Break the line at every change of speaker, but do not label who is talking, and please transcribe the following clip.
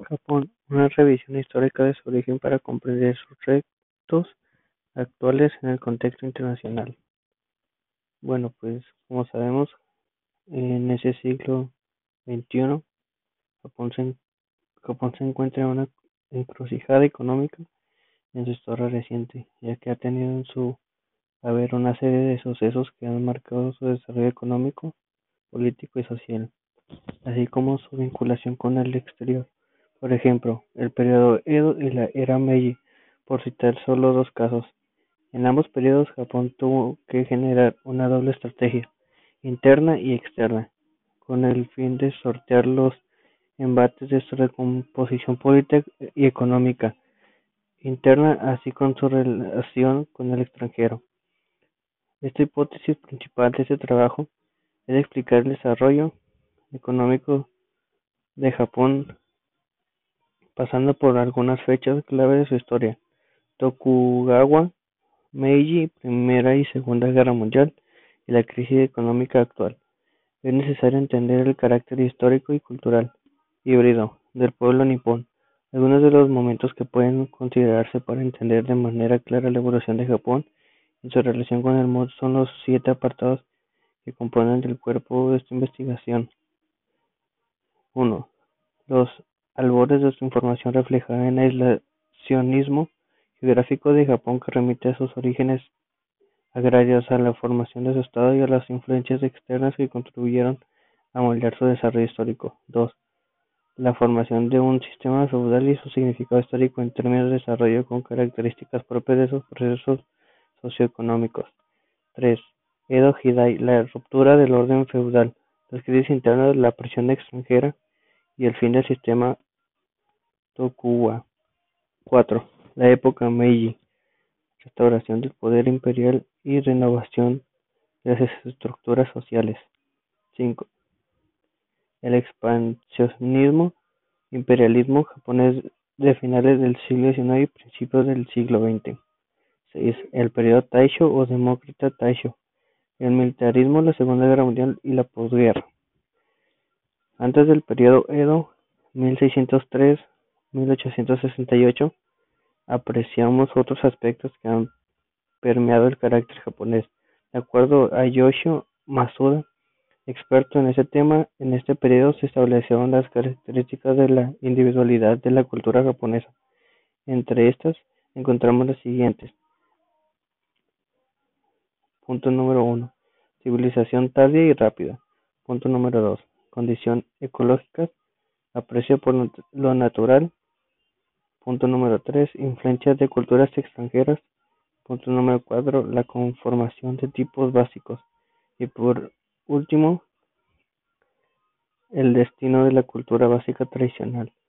Japón, una revisión histórica de su origen para comprender sus retos actuales en el contexto internacional. Bueno, pues como sabemos, en ese siglo XXI, Japón se, Japón se encuentra en una encrucijada económica en su historia reciente, ya que ha tenido en su haber una serie de sucesos que han marcado su desarrollo económico, político y social, así como su vinculación con el exterior. Por ejemplo, el periodo Edo y la era Meiji, por citar solo dos casos. En ambos periodos, Japón tuvo que generar una doble estrategia, interna y externa, con el fin de sortear los embates de su recomposición política y económica interna, así como su relación con el extranjero. Esta hipótesis principal de este trabajo es explicar el desarrollo económico de Japón pasando por algunas fechas clave de su historia: Tokugawa, Meiji, Primera y Segunda Guerra Mundial, y la crisis económica actual. Es necesario entender el carácter histórico y cultural híbrido del pueblo nipón. Algunos de los momentos que pueden considerarse para entender de manera clara la evolución de Japón y su relación con el mundo son los 7 apartados que componen el cuerpo de esta investigación. 1. Los albores de su información reflejada en el aislacionismo geográfico de Japón, que remite a sus orígenes agrarios, a la formación de su estado y a las influencias externas que contribuyeron a moldear su desarrollo histórico. 2. La formación de un sistema feudal y su significado histórico en términos de desarrollo con características propias de sus procesos socioeconómicos. 3. Edo Hidai, la ruptura del orden feudal, las crisis internas, la presión extranjera y el fin del sistema Tokugawa. 4. La época Meiji, restauración del poder imperial y renovación de las estructuras sociales. 5. El expansionismo imperialismo japonés de finales del siglo XIX y principios del siglo XX. 6. El periodo Taisho o demócrata Taisho, el militarismo, la Segunda Guerra Mundial y la posguerra. Antes del periodo Edo, 1603-1868, apreciamos otros aspectos que han permeado el carácter japonés. De acuerdo a Yoshio Masuda, experto en ese tema, en este periodo se establecieron las características de la individualidad de la cultura japonesa. Entre estas encontramos las siguientes. Punto número 1. Civilización tardía y rápida. Punto número 2. Condición ecológica. Aprecio por lo natural. Punto número 3. Influencias de culturas extranjeras. Punto número 4. La conformación de tipos básicos. Y por último, el destino de la cultura básica tradicional.